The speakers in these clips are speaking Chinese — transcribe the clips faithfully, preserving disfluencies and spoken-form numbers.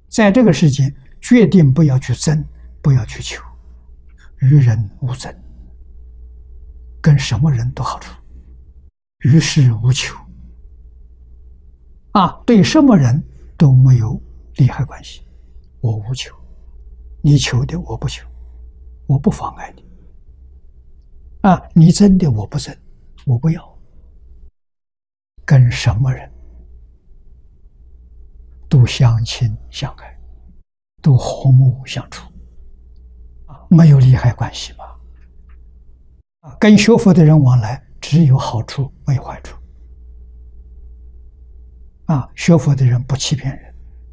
在这个世间，决定不要去争，不要去求，与人无争，跟什么人都好处，与世无求，啊，对什么人都没有利害关系。我无求，你求的我不求，我不妨碍你，啊，你争的我不争，我不要，跟什么人都相亲相爱，都和睦相处，没有利害关系嘛。跟学佛的人往来，只有好处没有坏处。啊，学佛的人不欺骗人，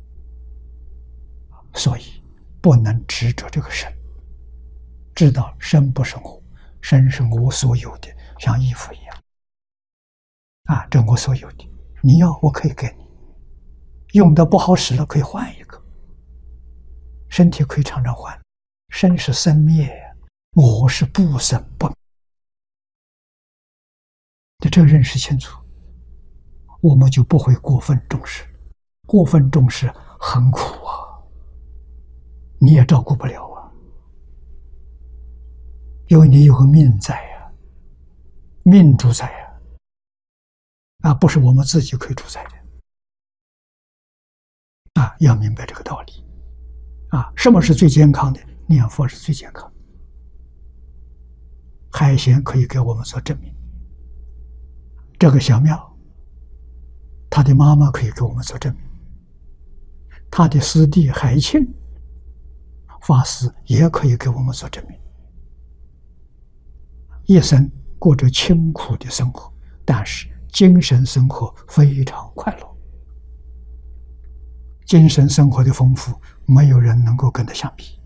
所以不能执着这个身，知道身不是我，身是我所有的，像衣服一样。啊，这我所有的，你要我可以给你，用的不好使了可以换一个，身体可以常常换，生是生灭，我是不生不灭。你这个认识清楚，我们就不会过分重视，过分重视很苦啊，你也照顾不了啊，因为你有个命在啊，命主宰啊，啊，不是我们自己可以主宰的啊，要明白这个道理啊。什么是最健康的？念佛是最健康的，海鲜可以给我们做证明。这个小庙，他的妈妈可以给我们做证明，他的师弟海庆法师也可以给我们做证明。一生过着清苦的生活，但是精神生活非常快乐，精神生活的丰富，没有人能够跟他相比。